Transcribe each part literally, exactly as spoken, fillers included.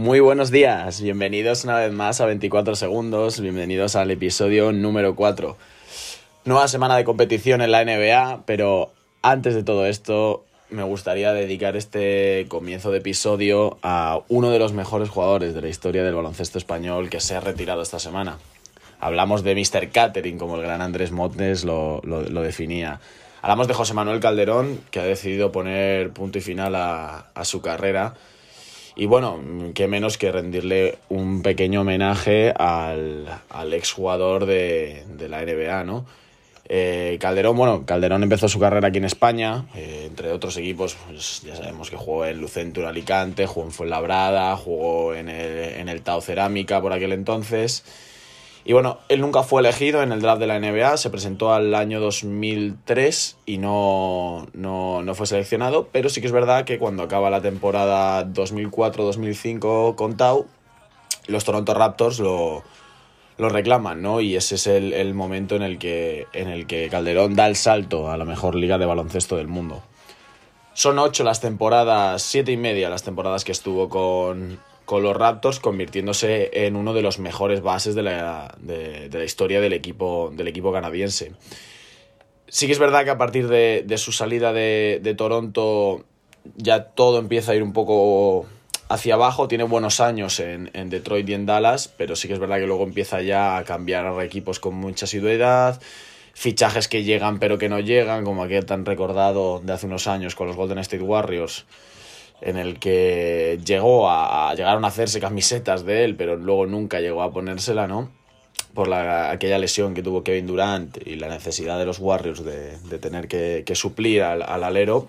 Muy buenos días, bienvenidos una vez más a veinticuatro segundos, bienvenidos al episodio número cuatro. Nueva semana de competición en la N B A, pero antes de todo esto me gustaría dedicar este comienzo de episodio a uno de los mejores jugadores de la historia del baloncesto español que se ha retirado esta semana. Hablamos de míster Catering, como el gran Andrés Montes lo, lo, lo definía. Hablamos de José Manuel Calderón, que ha decidido poner punto y final a, a su carrera. Y bueno, qué menos que rendirle un pequeño homenaje al, al exjugador de, de la N B A, ¿no? Eh, Calderón, bueno, Calderón empezó su carrera aquí en España, eh, entre otros equipos, pues ya sabemos que jugó en Lucentum Alicante, jugó en Fuenlabrada, jugó en el, en el Tau Cerámica por aquel entonces. Y bueno, él nunca fue elegido en el draft de la N B A, se presentó al año dos mil tres y no, no, no fue seleccionado, pero sí que es verdad que cuando acaba la temporada dos mil cuatro dos mil cinco con Tau, los Toronto Raptors lo, lo reclaman, ¿no? Y ese es el, el momento en el, que, en el que Calderón da el salto a la mejor liga de baloncesto del mundo. Son ocho las temporadas, siete y media las temporadas que estuvo con... con los Raptors, convirtiéndose en uno de los mejores bases de la, de, de la historia del equipo, del equipo canadiense. Sí que es verdad que a partir de, de su salida de, de Toronto ya todo empieza a ir un poco hacia abajo. Tiene buenos años en, en Detroit y en Dallas, pero sí que es verdad que luego empieza ya a cambiar a equipos con mucha asiduidad, fichajes que llegan pero que no llegan, como aquel tan recordado de hace unos años con los Golden State Warriors, en el que llegó a, a llegaron a hacerse camisetas de él, pero luego nunca llegó a ponérsela, ¿no? Por la, aquella lesión que tuvo Kevin Durant y la necesidad de los Warriors de, de tener que, que suplir al, al alero.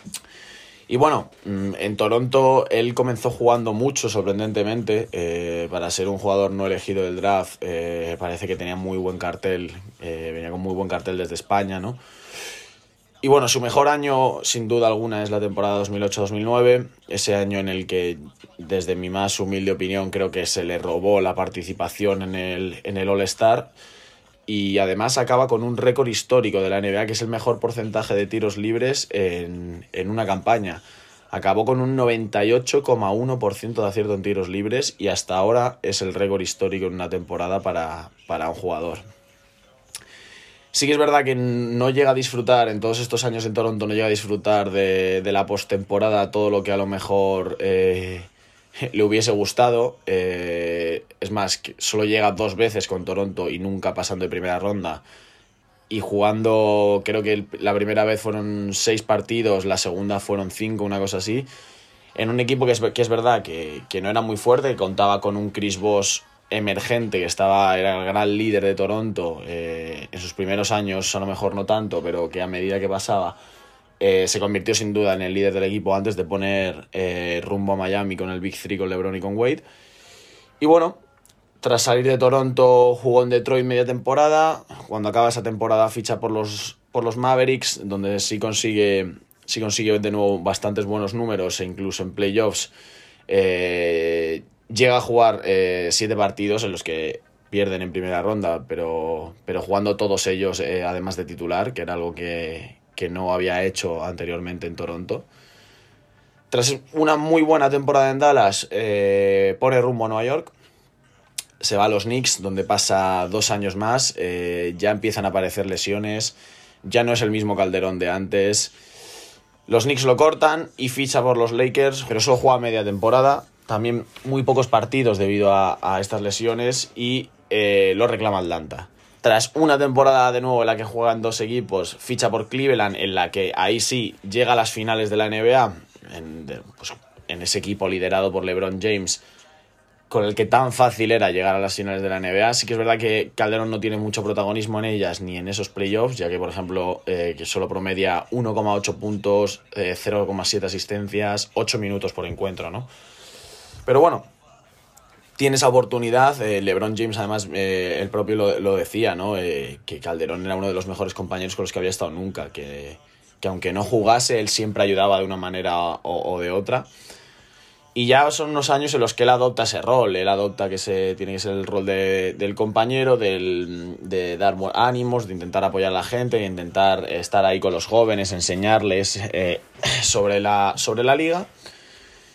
Y bueno, en Toronto él comenzó jugando mucho, sorprendentemente, eh, para ser un jugador no elegido del draft. Eh, parece que tenía muy buen cartel, eh, venía con muy buen cartel desde España, ¿no? Y bueno, su mejor año, sin duda alguna, es la temporada dos mil ocho dos mil nueve, ese año en el que, desde mi más humilde opinión, creo que se le robó la participación en el, en el All-Star, y además acaba con un récord histórico de la N B A, que es el mejor porcentaje de tiros libres en, en una campaña. Acabó con un noventa y ocho coma uno por ciento de acierto en tiros libres, y hasta ahora es el récord histórico en una temporada para, para un jugador. Sí que es verdad que no llega a disfrutar, en todos estos años en Toronto, no llega a disfrutar de, de la postemporada todo lo que a lo mejor eh, le hubiese gustado. Eh, es más, que solo llega dos veces con Toronto y nunca pasando de primera ronda. Y jugando, creo que el, la primera vez fueron seis partidos, la segunda fueron cinco, una cosa así. En un equipo que es, que es verdad que, que no era muy fuerte, que contaba con un Chris Bosh emergente, que estaba era el gran líder de Toronto eh, en sus primeros años, a lo mejor no tanto, pero que a medida que pasaba eh, se convirtió sin duda en el líder del equipo antes de poner eh, rumbo a Miami con el Big Three, con LeBron y con Wade. Y bueno, tras salir de Toronto jugó en Detroit media temporada. Cuando acaba esa temporada ficha por los, por los Mavericks, donde sí consigue, sí consigue de nuevo bastantes buenos números, e incluso en playoffs eh, llega a jugar eh, siete partidos en los que pierden en primera ronda, pero, pero jugando todos ellos eh, además de titular, que era algo que, que no había hecho anteriormente en Toronto. Tras una muy buena temporada en Dallas, eh, pone rumbo a Nueva York, se va a los Knicks, donde pasa dos años más, eh, ya empiezan a aparecer lesiones, ya no es el mismo Calderón de antes. Los Knicks lo cortan y ficha por los Lakers, pero solo juega media temporada. También muy pocos partidos debido a, a estas lesiones, y eh, lo reclama Atlanta. Tras una temporada de nuevo en la que juegan dos equipos, ficha por Cleveland, en la que ahí sí llega a las finales de la N B A, en, de, pues, en ese equipo liderado por LeBron James, con el que tan fácil era llegar a las finales de la N B A. Sí que es verdad que Calderón no tiene mucho protagonismo en ellas ni en esos playoffs, ya que, por ejemplo, eh, que solo promedia uno coma ocho puntos, eh, cero coma siete asistencias, ocho minutos por encuentro, ¿no? Pero bueno, tiene esa oportunidad. eh, LeBron James, además, eh, él propio lo, lo decía, ¿no? Eh, que Calderón era uno de los mejores compañeros con los que había estado nunca, que, que aunque no jugase, él siempre ayudaba de una manera o, o de otra. Y ya son unos años en los que él adopta ese rol, él adopta que se, tiene que ser el rol de, del compañero, del, de dar ánimos, de intentar apoyar a la gente, de intentar estar ahí con los jóvenes, enseñarles eh, sobre, la, sobre la liga.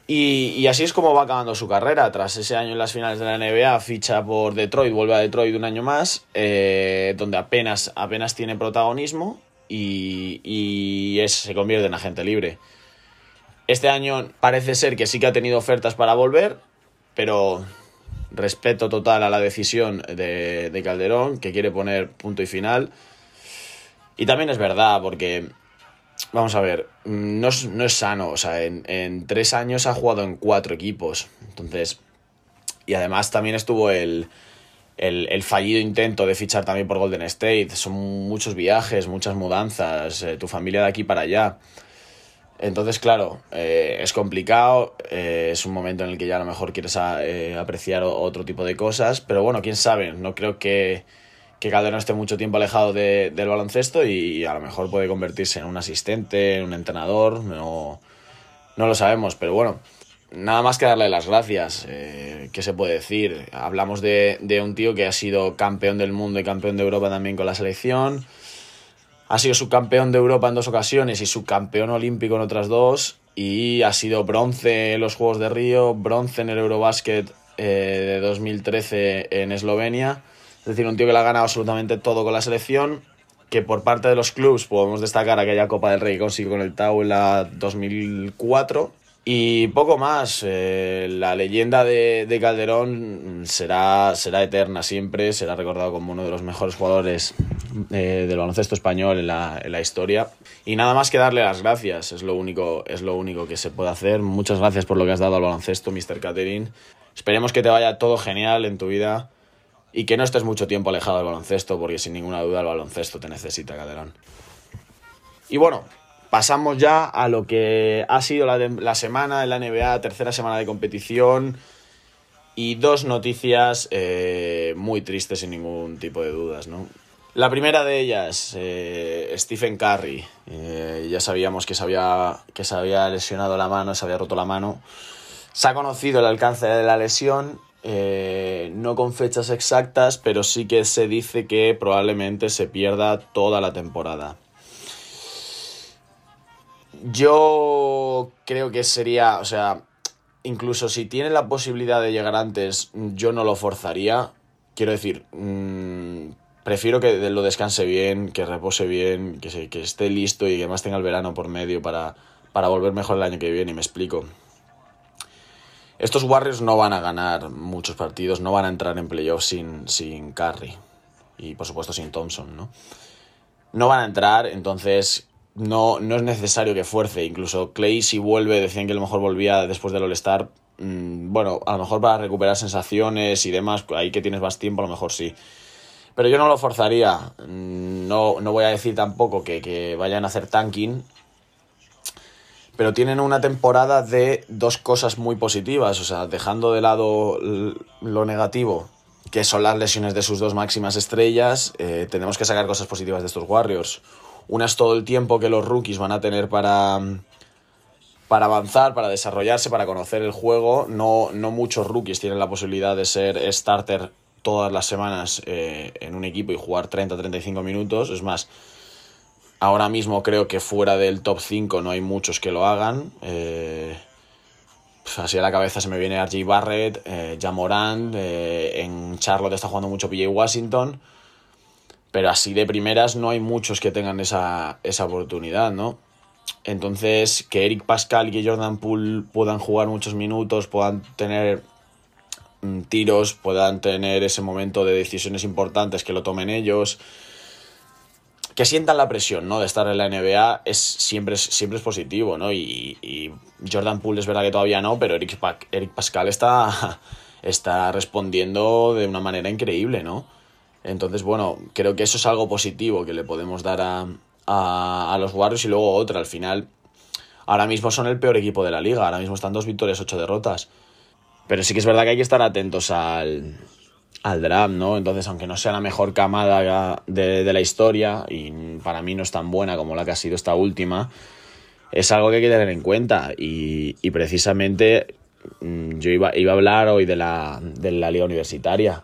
Y, y así es como va acabando su carrera. Tras ese año en las finales de la N B A, ficha por Detroit, vuelve a Detroit un año más, eh, donde apenas, apenas tiene protagonismo y, y es, se convierte en agente libre. Este año parece ser que sí que ha tenido ofertas para volver, pero respeto total a la decisión de, de Calderón, que quiere poner punto y final. Y también es verdad, porque... Vamos a ver, no es, no es sano, o sea, en, en tres años ha jugado en cuatro equipos, entonces, y además también estuvo el, el, el fallido intento de fichar también por Golden State, son muchos viajes, muchas mudanzas, eh, tu familia de aquí para allá, entonces claro, eh, es complicado, eh, es un momento en el que ya a lo mejor quieres a, eh, apreciar otro tipo de cosas, pero bueno, quién sabe, no creo que... que Calderón esté mucho tiempo alejado de, del baloncesto y a lo mejor puede convertirse en un asistente, en un entrenador, no, no lo sabemos, pero bueno, nada más que darle las gracias. Eh, ¿qué se puede decir? Hablamos de, de un tío que ha sido campeón del mundo y campeón de Europa también con la selección, ha sido subcampeón de Europa en dos ocasiones y subcampeón olímpico en otras dos, y ha sido bronce en los Juegos de Río, bronce en el Eurobasket eh, de dos mil trece en Eslovenia. Es decir, un tío que le ha ganado absolutamente todo con la selección, que por parte de los clubs podemos destacar aquella Copa del Rey que consiguió con el Taula dos mil cuatro. Y poco más, eh, la leyenda de, de Calderón será, será eterna siempre, será recordado como uno de los mejores jugadores eh, del baloncesto español en la, en la historia. Y nada más que darle las gracias, es lo único, es lo único que se puede hacer. Muchas gracias por lo que has dado al baloncesto, mister Catering. Esperemos que te vaya todo genial en tu vida. Y que no estés mucho tiempo alejado del baloncesto, porque sin ninguna duda el baloncesto te necesita, Calderón. Y bueno, pasamos ya a lo que ha sido la, de, la semana en la N B A, tercera semana de competición, y dos noticias eh, muy tristes sin ningún tipo de dudas, ¿no? La primera de ellas, eh, Stephen Curry. Eh, ya sabíamos que se, había, que se había lesionado la mano, se había roto la mano. Se ha conocido el alcance de la lesión. Eh, no con fechas exactas, pero sí que se dice que probablemente se pierda toda la temporada. Yo creo que sería, o sea, incluso si tiene la posibilidad de llegar antes, yo no lo forzaría. Quiero decir, mmm, prefiero que lo descanse bien, que repose bien, que, se, que esté listo y que además tenga el verano por medio para, para volver mejor el año que viene, y me explico. Estos Warriors no van a ganar muchos partidos, no van a entrar en playoffs sin, sin Curry y por supuesto sin Thompson, ¿no? No van a entrar, entonces no, no es necesario que fuerce. Incluso Clay, si vuelve, decían que a lo mejor volvía después del All-Star, mmm, bueno, a lo mejor para recuperar sensaciones y demás, ahí que tienes más tiempo, a lo mejor sí. Pero yo no lo forzaría, no, no voy a decir tampoco que, que vayan a hacer tanking, pero tienen una temporada de dos cosas muy positivas, o sea, dejando de lado lo negativo, que son las lesiones de sus dos máximas estrellas, eh, tenemos que sacar cosas positivas de estos Warriors. Una es todo el tiempo que los rookies van a tener para, para avanzar, para desarrollarse, para conocer el juego. No, no muchos rookies tienen la posibilidad de ser starter todas las semanas eh, en un equipo y jugar treinta a treinta y cinco minutos, es más... Ahora mismo creo que fuera del top cinco no hay muchos que lo hagan. Eh, así a la cabeza se me viene R J Barrett, eh, Ja Morant, eh, en Charlotte está jugando mucho P J Washington, pero así de primeras no hay muchos que tengan esa, esa oportunidad, ¿no? Entonces, que Eric Pascal y que Jordan Poole puedan jugar muchos minutos, puedan tener mm, tiros, puedan tener ese momento de decisiones importantes que lo tomen ellos... Que sientan la presión, ¿no?, de estar en la N B A es siempre, siempre es positivo, ¿no? Y, y Jordan Poole es verdad que todavía no, pero Eric, pa- Eric Pascal está, está respondiendo de una manera increíble, ¿no? Entonces, bueno, creo que eso es algo positivo que le podemos dar a, a, a los Warriors. Y luego otra, al final, ahora mismo son el peor equipo de la liga, ahora mismo están dos victorias, ocho derrotas. Pero sí que es verdad que hay que estar atentos al... al draft, ¿no? Entonces, aunque no sea la mejor camada de, de la historia, y para mí no es tan buena como la que ha sido esta última, es algo que hay que tener en cuenta. Y, y precisamente yo iba, iba a hablar hoy de la, de la liga universitaria.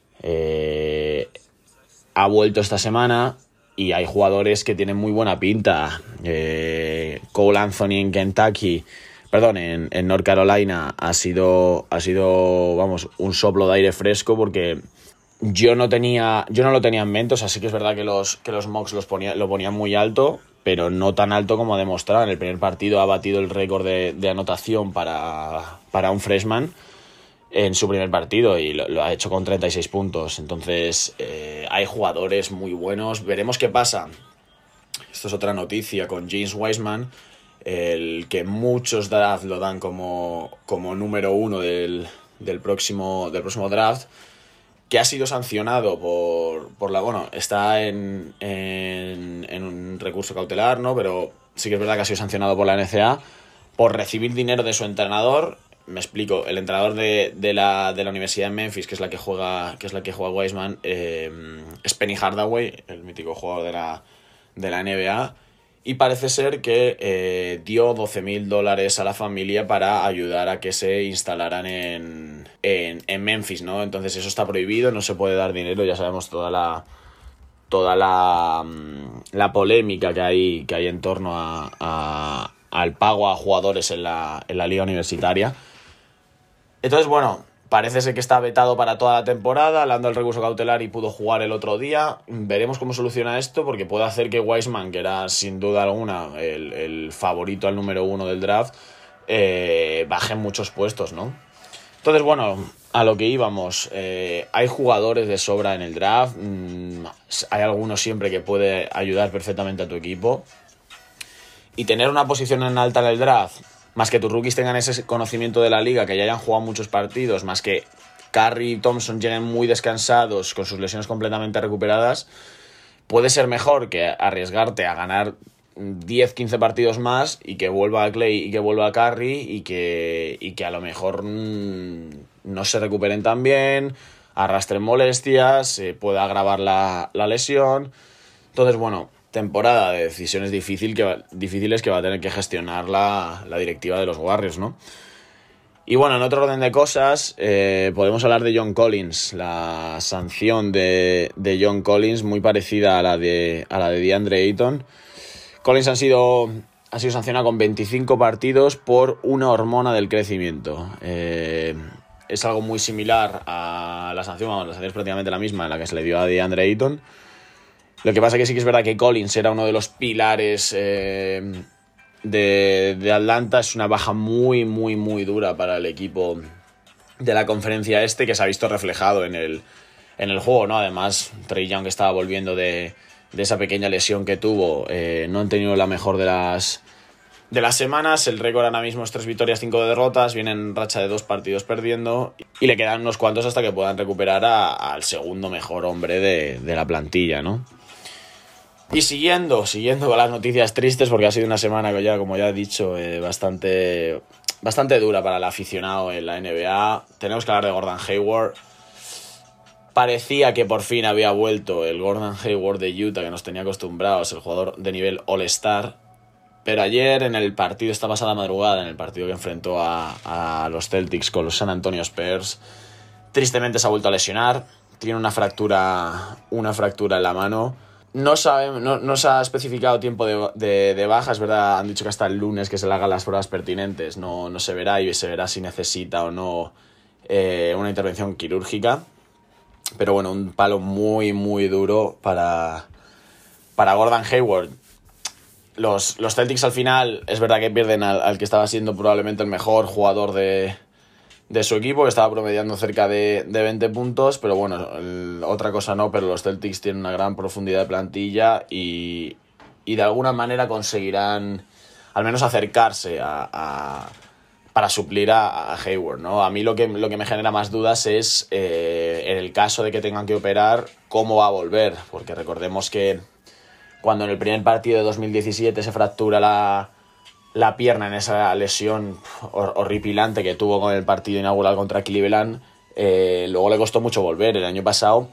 Eh, ha vuelto esta semana y hay jugadores que tienen muy buena pinta. Eh, Cole Anthony en Kentucky perdón, en, en North Carolina ha sido, ha sido, vamos, un soplo de aire fresco, porque yo no tenía, yo no lo tenía en mente. O sea, sí que es verdad que los, que los mocks los ponía, lo ponían muy alto, pero no tan alto como ha demostrado. En el primer partido ha batido el récord de, de anotación para, para un freshman en su primer partido, y lo, lo ha hecho con treinta y seis puntos. Entonces eh, hay jugadores muy buenos. Veremos qué pasa. Esto es otra noticia con James Wiseman, el que muchos draft lo dan como, como número uno del, del, próximo, del próximo draft, que ha sido sancionado por, por la... Bueno, está en, en, en un recurso cautelar, ¿no? Pero sí que es verdad que ha sido sancionado por la N C A A por recibir dinero de su entrenador. Me explico. El entrenador de, de, la, de la Universidad de Memphis, que es la que juega, que es la que juega Wiseman, eh, es Penny Hardaway, el mítico jugador de la, de la N B A. Y parece ser que eh, dio doce mil dólares a la familia para ayudar a que se instalaran en, en, en Memphis, ¿no? Entonces eso está prohibido, no se puede dar dinero. Ya sabemos toda la toda la, la polémica que hay, que hay en torno a, a, al pago a jugadores en la, en la liga universitaria. Entonces, bueno, parece ser que está vetado para toda la temporada, le han dado el recurso cautelar y pudo jugar el otro día. Veremos cómo soluciona esto, porque puede hacer que Wiseman, que era sin duda alguna el, el favorito al número uno del draft, eh, baje muchos puestos, ¿no? Entonces, bueno, a lo que íbamos, eh, hay jugadores de sobra en el draft, mmm, hay algunos siempre que puede ayudar perfectamente a tu equipo, y tener una posición en alta en el draft, más que tus rookies tengan ese conocimiento de la liga, que ya hayan jugado muchos partidos, más que Curry y Thompson lleguen muy descansados, con sus lesiones completamente recuperadas, puede ser mejor que arriesgarte a ganar diez quince partidos más y que vuelva a Clay y que vuelva a Curry y que, y que a lo mejor mmm, no se recuperen tan bien, arrastren molestias, se pueda agravar la, la lesión. Entonces, bueno, temporada de decisiones difícil que va, difíciles que va a tener que gestionar la, la directiva de los Warriors, ¿no? Y bueno, en otro orden de cosas, eh, podemos hablar de John Collins. La sanción de, de John Collins, muy parecida a la de, a la de DeAndre Ayton. Collins ha sido, ha sido sancionado con veinticinco partidos por una hormona del crecimiento. Eh, es algo muy similar a la sanción, vamos, la sanción es prácticamente la misma en la que se le dio a DeAndre Ayton. Lo que pasa es que sí que es verdad que Collins era uno de los pilares eh, de, de Atlanta. Es una baja muy, muy, muy dura para el equipo de la conferencia este, que se ha visto reflejado en el, en el juego, ¿no? Además, Trae Young estaba volviendo de, de esa pequeña lesión que tuvo. Eh, no han tenido la mejor de las, de las semanas. El récord ahora mismo es tres victorias, cinco derrotas. Vienen en racha de dos partidos perdiendo. Y le quedan unos cuantos hasta que puedan recuperar a, al segundo mejor hombre de, de la plantilla, ¿no? Y siguiendo, siguiendo con las noticias tristes, porque ha sido una semana que ya, como ya he dicho, eh, bastante, bastante dura para el aficionado en la N B A. Tenemos que hablar de Gordon Hayward. Parecía que por fin había vuelto el Gordon Hayward de Utah que nos tenía acostumbrados, el jugador de nivel All-Star. Pero ayer, en el partido, esta pasada madrugada, en el partido que enfrentó a, a los Celtics con los San Antonio Spurs, tristemente se ha vuelto a lesionar. Tiene una fractura, una fractura en la mano. No, sabe, no, no se ha especificado tiempo de, de, de baja, es verdad, han dicho que hasta el lunes que se le hagan las pruebas pertinentes, no, no se verá y se verá si necesita o no eh, una intervención quirúrgica. Pero bueno, un palo muy, muy duro para, para Gordon Hayward. Los, los Celtics al final, es verdad que pierden al, al que estaba siendo probablemente el mejor jugador de... de su equipo, que estaba promediando cerca de, de veinte puntos, pero bueno, el, otra cosa no, pero los Celtics tienen una gran profundidad de plantilla y, y de alguna manera conseguirán al menos acercarse a, a para suplir a, a Hayward, ¿no? A mí lo que, lo que me genera más dudas es eh, en el caso de que tengan que operar, cómo va a volver, porque recordemos que cuando en el primer partido de dos mil diecisiete se fractura la la pierna en esa lesión horripilante que tuvo con el partido inaugural contra Cleveland, eh, luego le costó mucho volver. El año pasado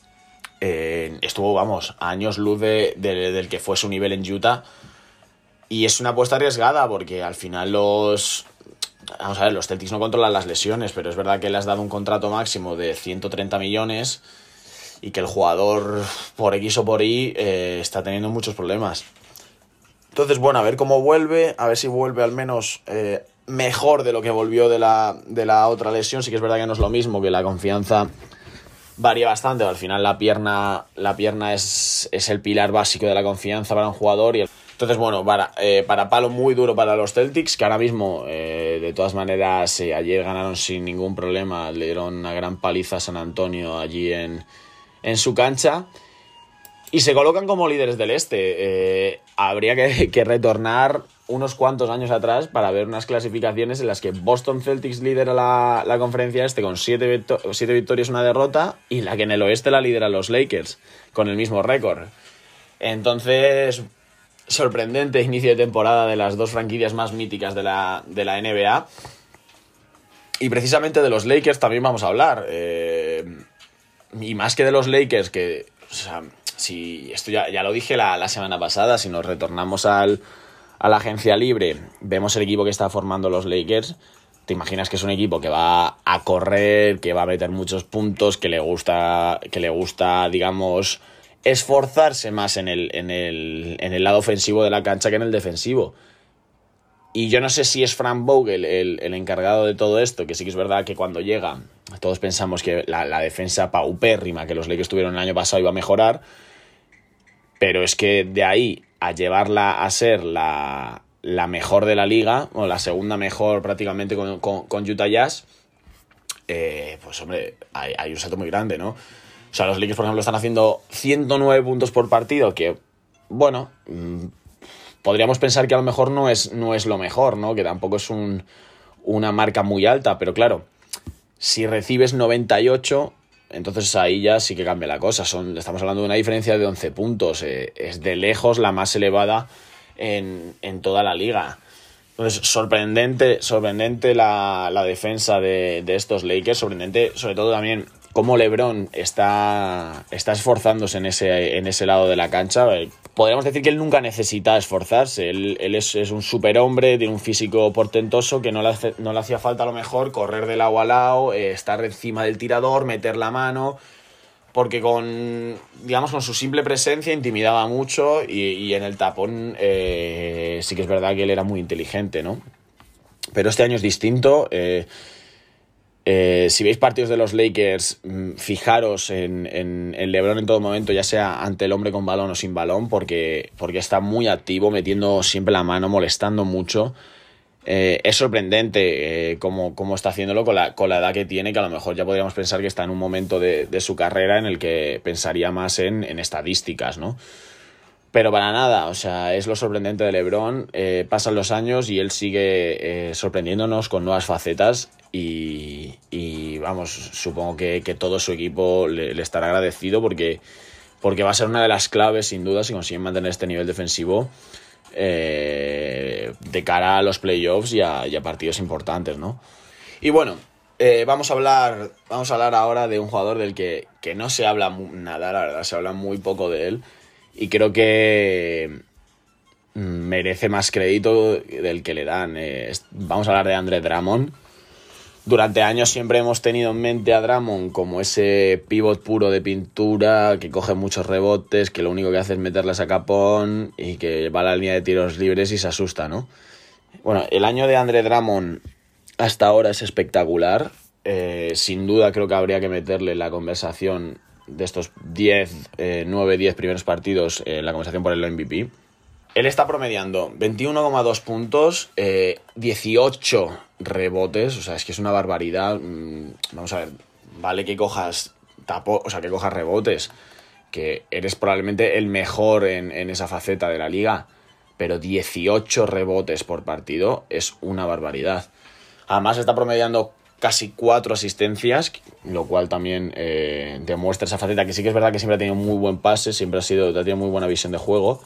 eh, estuvo, vamos, a años luz de, de, del que fue su nivel en Utah, y es una apuesta arriesgada porque al final los... Vamos a ver, los Celtics no controlan las lesiones, pero es verdad que le has dado un contrato máximo de ciento treinta millones y que el jugador por X o por Y eh, está teniendo muchos problemas. Entonces, bueno, a ver cómo vuelve, a ver si vuelve al menos eh, mejor de lo que volvió de la, de la otra lesión. Sí que es verdad que no es lo mismo, que la confianza varía bastante. Al final la pierna, la pierna es, es el pilar básico de la confianza para un jugador. Y el... Entonces, bueno, para, eh, para palo muy duro para los Celtics, que ahora mismo, eh, de todas maneras, eh, ayer ganaron sin ningún problema. Le dieron una gran paliza a San Antonio allí en, en su cancha. Y se colocan como líderes del este. Eh, habría que, que retornar unos cuantos años atrás para ver unas clasificaciones en las que Boston Celtics lidera la, la conferencia este con siete, victo- siete victorias y una derrota, y la que en el oeste la lidera los Lakers con el mismo récord. Entonces, sorprendente inicio de temporada de las dos franquicias más míticas de la, de la N B A. Y precisamente de los Lakers también vamos a hablar. Eh, y más que de los Lakers, que... O sea, si esto ya, ya lo dije la, la semana pasada, si nos retornamos al, a la agencia libre, vemos el equipo que está formando los Lakers, te imaginas que es un equipo que va a correr, que va a meter muchos puntos, que le gusta, que le gusta, digamos, esforzarse más en el, en el, en el lado ofensivo de la cancha que en el defensivo. Y yo no sé si es Frank Vogel el, el encargado de todo esto, que sí que es verdad que cuando llega todos pensamos que la, la defensa paupérrima que los Lakers tuvieron el año pasado iba a mejorar, pero es que de ahí a llevarla a ser la, la mejor de la liga, o la segunda mejor prácticamente con, con, con Utah Jazz, eh, pues hombre, hay, hay un salto muy grande, ¿no? O sea, los Lakers, por ejemplo, están haciendo ciento nueve puntos por partido, que, bueno, mmm, podríamos pensar que a lo mejor no es, no es lo mejor, ¿no? Que tampoco es un, una marca muy alta, pero claro, si recibes noventa y ocho, entonces ahí ya sí que cambia la cosa. Son, estamos hablando de una diferencia de once puntos. Eh, es de lejos la más elevada en, en toda la liga. Entonces, sorprendente, sorprendente la, la defensa de, de estos Lakers. Sorprendente, sobre todo también, cómo LeBron está, está esforzándose en ese, en ese lado de la cancha. Podríamos decir que él nunca necesita esforzarse. Él, él es, es un superhombre, tiene un físico portentoso, que no le, hace, no le hacía falta a lo mejor correr de lado a lado, eh, estar encima del tirador, meter la mano, porque con, digamos, con su simple presencia intimidaba mucho, y, y en el tapón eh, sí que es verdad que él era muy inteligente, ¿no? Pero este año es distinto. Eh, Eh, si veis partidos de los Lakers, fijaros en, en, en LeBron en todo momento, ya sea ante el hombre con balón o sin balón, porque, porque está muy activo, metiendo siempre la mano, molestando mucho. Eh, es sorprendente eh, cómo, cómo está haciéndolo con la, con la edad que tiene, que a lo mejor ya podríamos pensar que está en un momento de, de su carrera en el que pensaría más en, en estadísticas, ¿no? Pero para nada, o sea, es lo sorprendente de LeBron. Eh, pasan los años y él sigue eh, sorprendiéndonos con nuevas facetas, y, y vamos, supongo que, que todo su equipo le, le estará agradecido, porque, porque va a ser una de las claves, sin duda, si consiguen mantener este nivel defensivo eh, de cara a los playoffs y a, y a partidos importantes, ¿no? Y bueno, eh, vamos a hablar vamos a hablar ahora de un jugador del que, que no se habla nada, la verdad, se habla muy poco de él. Y creo que merece más crédito del que le dan. Eh, vamos a hablar de Andre Drummond. Durante años siempre hemos tenido en mente a Drummond como ese pívot puro de pintura, que coge muchos rebotes, que lo único que hace es meterlas a capón y que va a la línea de tiros libres y se asusta, ¿no? Bueno, el año de Andre Drummond hasta ahora es espectacular. Eh, sin duda creo que habría que meterle en la conversación de estos diez, nueve diez primeros partidos en eh, la conversación por el M V P. Él está promediando veintiuno coma dos puntos, eh, dieciocho rebotes, o sea, es que es una barbaridad. Vamos a ver, vale que cojas tapo, o sea, que cojas rebotes, que eres probablemente el mejor en, en esa faceta de la liga, pero dieciocho rebotes por partido es una barbaridad. Además está promediando casi cuatro asistencias, lo cual también eh, demuestra esa faceta, que sí que es verdad que siempre ha tenido muy buen pase, siempre ha sido, ha tenido muy buena visión de juego,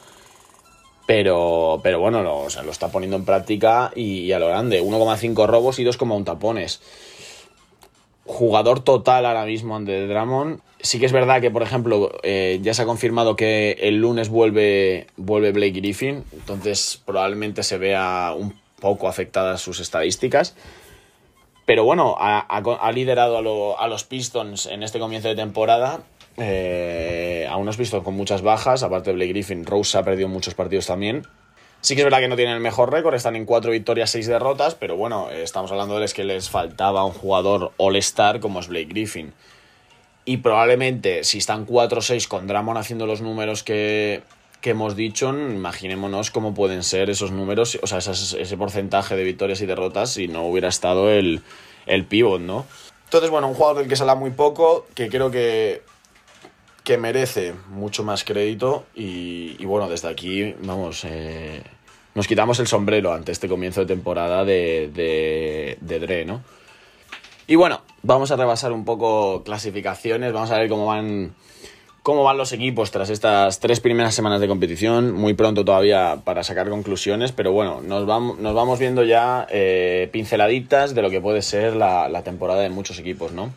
pero, pero bueno, lo, o sea, lo está poniendo en práctica y, y a lo grande. uno coma cinco robos y dos coma uno tapones. Jugador total ahora mismo ante Drummond. Sí que es verdad que, por ejemplo, eh, ya se ha confirmado que el lunes vuelve, vuelve Blake Griffin, entonces probablemente se vea un poco afectadas sus estadísticas. Pero bueno, ha, ha, ha liderado a, lo, a los Pistons en este comienzo de temporada, eh, a unos Pistons con muchas bajas, aparte de Blake Griffin. Rose ha perdido muchos partidos también, Sí que es verdad que no tienen el mejor récord, están en cuatro victorias, seis derrotas, pero bueno, estamos hablando de que les faltaba un jugador all-star como es Blake Griffin. Y probablemente si están cuatro seis con Drummond haciendo los números que, que hemos dicho, imaginémonos cómo pueden ser esos números, o sea, esas, ese porcentaje de victorias y derrotas si no hubiera estado el, el pivot, ¿no? Entonces, bueno, un jugador del que se habla muy poco, que creo que, que merece mucho más crédito y, y bueno, desde aquí, vamos, eh, nos quitamos el sombrero ante este comienzo de temporada de, de, de Dre, ¿no? Y bueno, vamos a repasar un poco clasificaciones, vamos a ver cómo van, cómo van los equipos tras estas tres primeras semanas de competición. Muy pronto todavía para sacar conclusiones, pero bueno, nos vamos, nos vamos viendo ya eh, pinceladitas de lo que puede ser la, la temporada de muchos equipos, ¿no?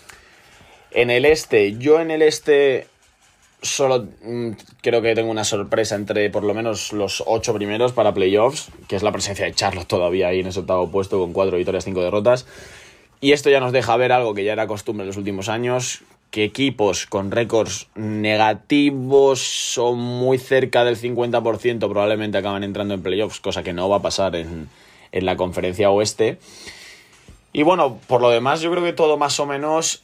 En el este, yo en el este solo mmm, creo que tengo una sorpresa entre por lo menos los ocho primeros para playoffs, que es la presencia de Charlotte todavía ahí en ese octavo puesto con cuatro victorias, cinco derrotas. Y esto ya nos deja ver algo que ya era costumbre en los últimos años, que equipos con récords negativos o muy cerca del cincuenta por ciento probablemente acaban entrando en playoffs, cosa que no va a pasar en, en la conferencia oeste. Y bueno, por lo demás yo creo que todo más o menos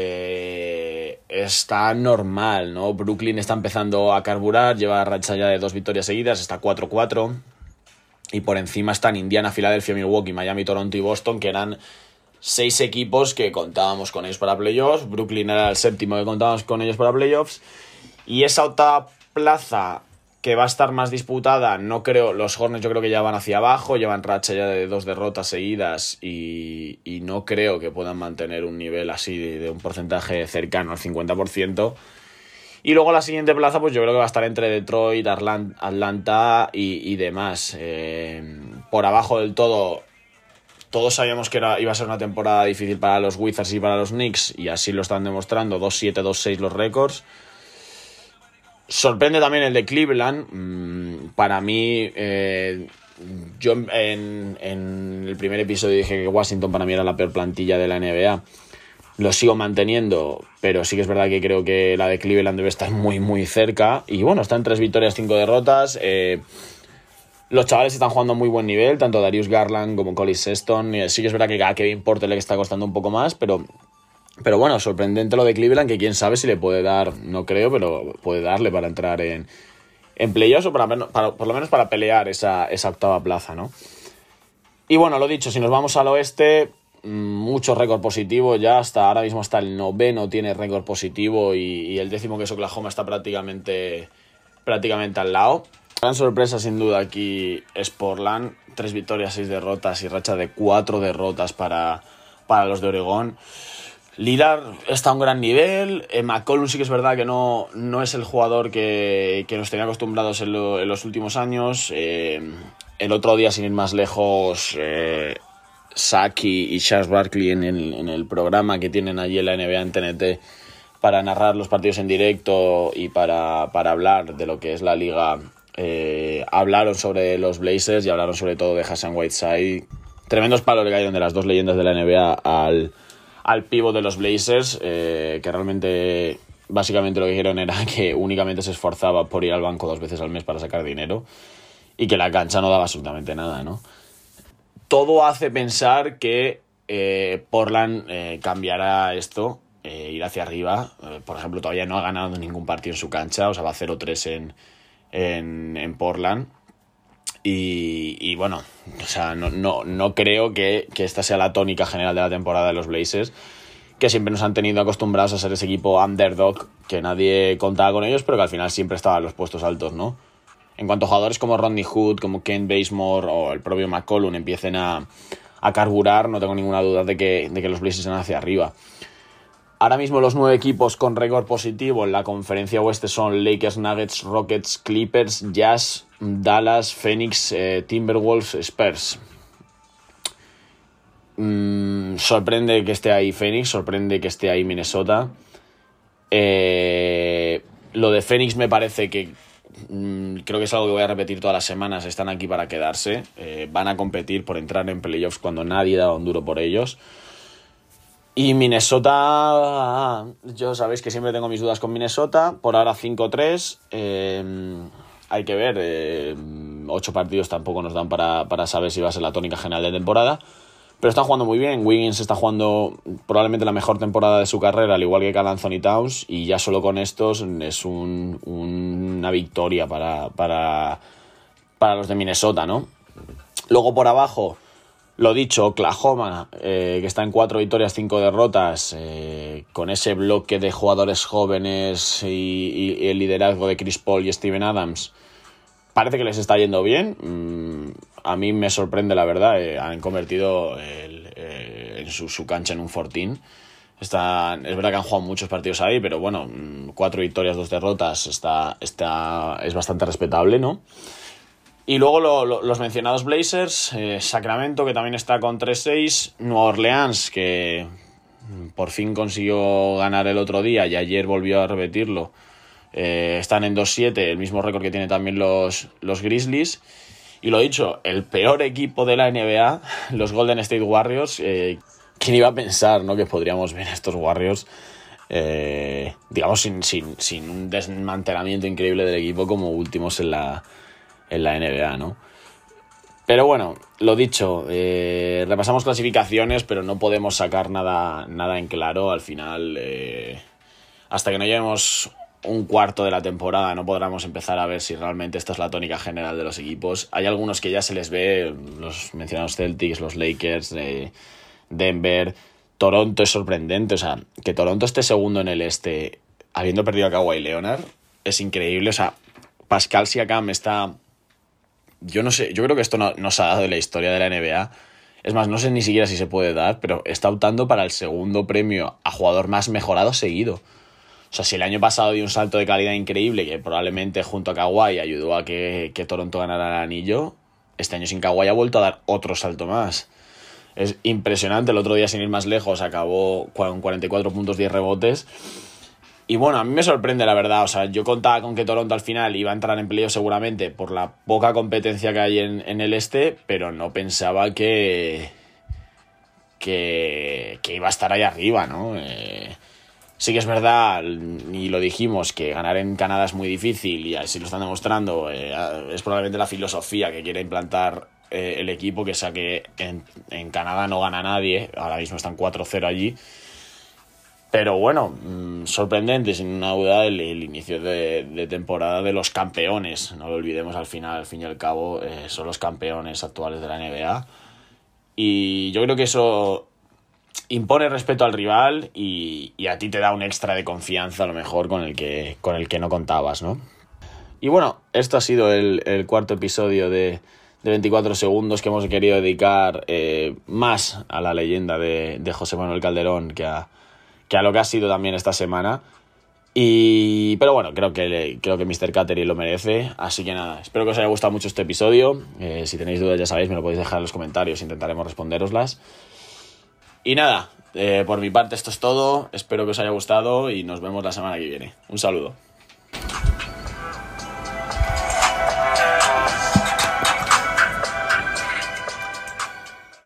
eh, está normal, ¿no? Brooklyn está empezando a carburar, lleva racha ya de dos victorias seguidas, está cuatro cuatro. Y por encima están Indiana, Filadelfia, Milwaukee, Miami, Toronto y Boston, que eran seis equipos que contábamos con ellos para playoffs. Brooklyn era el séptimo que contábamos con ellos para playoffs. Y esa octava plaza que va a estar más disputada, no creo, los Hornets yo creo que ya van hacia abajo, llevan racha ya de dos derrotas seguidas y, y no creo que puedan mantener un nivel así de, de un porcentaje cercano al cincuenta por ciento. Y luego la siguiente plaza pues yo creo que va a estar entre Detroit, Atlanta y, y demás. Eh, por abajo del todo, todos sabíamos que era, iba a ser una temporada difícil para los Wizards y para los Knicks y así lo están demostrando, dos siete, dos seis los récords. Sorprende también el de Cleveland. Para mí, eh, yo en, en el primer episodio dije que Washington para mí era la peor plantilla de la N B A. Lo sigo manteniendo, pero sí que es verdad que creo que la de Cleveland debe estar muy, muy cerca. Y bueno, están tres victorias, cinco derrotas. Eh, los chavales están jugando a muy buen nivel, tanto Darius Garland como Colin Sexton. Eh, sí que es verdad que a Kevin Porter le está costando un poco más, pero... Pero bueno, sorprendente lo de Cleveland, que quién sabe si le puede dar, no creo, pero puede darle para entrar en, en playoffs o para, para, por lo menos para pelear esa, esa octava plaza, ¿no? Y bueno, lo dicho, si nos vamos al oeste, mucho récord positivo ya, hasta ahora mismo hasta el noveno tiene récord positivo y, y el décimo, que es Oklahoma, está prácticamente, prácticamente al lado. Gran sorpresa sin duda aquí es Portland, tres victorias, seis derrotas y racha de cuatro derrotas para, para los de Oregón. Lillard está a un gran nivel. eh, McCollum sí que es verdad que no, no es el jugador que, que nos tenía acostumbrados en, lo, en los últimos años. Eh, el otro día, sin ir más lejos, eh, Saki y Charles Barkley en el, en el programa que tienen allí en la N B A en T N T para narrar los partidos en directo y para, para hablar de lo que es la liga, eh, hablaron sobre los Blazers y hablaron sobre todo de Hassan Whiteside. Tremendos palos le cayeron de las dos leyendas de la N B A al... al pívot de los Blazers, eh, que realmente básicamente lo que dijeron era que únicamente se esforzaba por ir al banco dos veces al mes para sacar dinero y que la cancha no daba absolutamente nada, ¿no? Todo hace pensar que eh, Portland eh, cambiará esto, eh, ir hacia arriba. Eh, por ejemplo, todavía no ha ganado ningún partido en su cancha, o sea, va cero tres en, en, en Portland. Y, y bueno, o sea, no, no, no creo que, que esta sea la tónica general de la temporada de los Blazers, que siempre nos han tenido acostumbrados a ser ese equipo underdog, que nadie contaba con ellos, pero que al final siempre estaba en los puestos altos, ¿no? En cuanto a jugadores como Rodney Hood, como Kent Bazemore o el propio McCollum empiecen a, a carburar, no tengo ninguna duda de que, de que los Blazers van hacia arriba. Ahora mismo los nueve equipos con récord positivo en la conferencia oeste son Lakers, Nuggets, Rockets, Clippers, Jazz, Dallas, Phoenix, eh, Timberwolves, Spurs. Mm, sorprende que esté ahí Phoenix, sorprende que esté ahí Minnesota. Eh, lo de Phoenix me parece que mm, creo que es algo que voy a repetir todas las semanas. Están aquí para quedarse. Eh, van a competir por entrar en playoffs cuando nadie daba un duro por ellos. Y Minnesota, yo sabéis que siempre tengo mis dudas con Minnesota. Por ahora cinco tres. Eh, hay que ver. Eh, ocho partidos tampoco nos dan para, para saber si va a ser la tónica general de temporada. Pero están jugando muy bien. Wiggins está jugando probablemente la mejor temporada de su carrera, al igual que Karl Anthony Towns, y ya solo con estos es un, un, una victoria para, para, para los de Minnesota, ¿no? Luego por abajo, lo dicho, Oklahoma, eh, que está en cuatro victorias, cinco derrotas, eh, con ese bloque de jugadores jóvenes y, y, y el liderazgo de Chris Paul y Steven Adams. Parece que les está yendo bien. Mm, a mí me sorprende, la verdad. Eh, han convertido el, eh, en su, su cancha en un fortín. Están, es verdad que han jugado muchos partidos ahí, pero bueno, cuatro victorias, dos derrotas, está, está, es bastante respetable, ¿no? Y luego lo, lo, los mencionados Blazers, eh, Sacramento, que también está con tres seis, Nueva Orleans, que por fin consiguió ganar el otro día y ayer volvió a repetirlo. Eh, están en dos siete, el mismo récord que tienen también los, los Grizzlies. Y lo dicho, el peor equipo de la N B A, los Golden State Warriors. Eh, ¿Quién iba a pensar, ¿no?, que podríamos ver a estos Warriors, eh, digamos, sin, sin, sin un desmantelamiento increíble del equipo como últimos en la, en la N B A, ¿no? Pero bueno, lo dicho, eh, repasamos clasificaciones, pero no podemos sacar nada, nada en claro. Al final, eh, hasta que no llevemos un cuarto de la temporada no podremos empezar a ver si realmente esta es la tónica general de los equipos. Hay algunos que ya se les ve, los mencionados Celtics, los Lakers, eh, Denver, Toronto es sorprendente. O sea, que Toronto esté segundo en el este habiendo perdido a Kawhi Leonard es increíble. O sea, Pascal Siakam está... Yo no sé, yo creo que esto no, no se ha dado en la historia de la N B A. Es más, no sé ni siquiera si se puede dar, pero está optando para el segundo premio a jugador más mejorado seguido. O sea, si el año pasado dio un salto de calidad increíble, que probablemente junto a Kawhi ayudó a que, que Toronto ganara el anillo, este año sin Kawhi ha vuelto a dar otro salto más. Es impresionante. El otro día, sin ir más lejos, acabó con cuarenta y cuatro puntos, diez rebotes. Y bueno, a mí me sorprende, la verdad. O sea, yo contaba con que Toronto al final iba a entrar en playoff seguramente por la poca competencia que hay en, en el este, pero no pensaba que, que, que iba a estar ahí arriba, ¿no? Eh, sí que es verdad, y lo dijimos, que ganar en Canadá es muy difícil, y así lo están demostrando. Eh, es probablemente la filosofía que quiere implantar eh, el equipo, que sea que en, en Canadá no gana nadie. Ahora mismo están cuatro cero allí. Pero bueno, mmm, sorprendente sin una duda el, el inicio de, de temporada de los campeones. No lo olvidemos, al final, al fin y al cabo, eh, son los campeones actuales de la N B A. Y yo creo que eso impone respeto al rival y, y a ti te da un extra de confianza a lo mejor con el que, con el que no contabas, ¿no? Y bueno, esto ha sido el, el cuarto episodio de, de veinticuatro segundos que hemos querido dedicar eh, más a la leyenda de, de José Manuel Calderón que a... que a lo que ha sido también esta semana. Y pero bueno, creo que creo que míster Catering lo merece. Así que nada, espero que os haya gustado mucho este episodio. Eh, si tenéis dudas, ya sabéis, me lo podéis dejar en los comentarios, intentaremos responderoslas. Y nada, eh, por mi parte esto es todo. Espero que os haya gustado y nos vemos la semana que viene. Un saludo.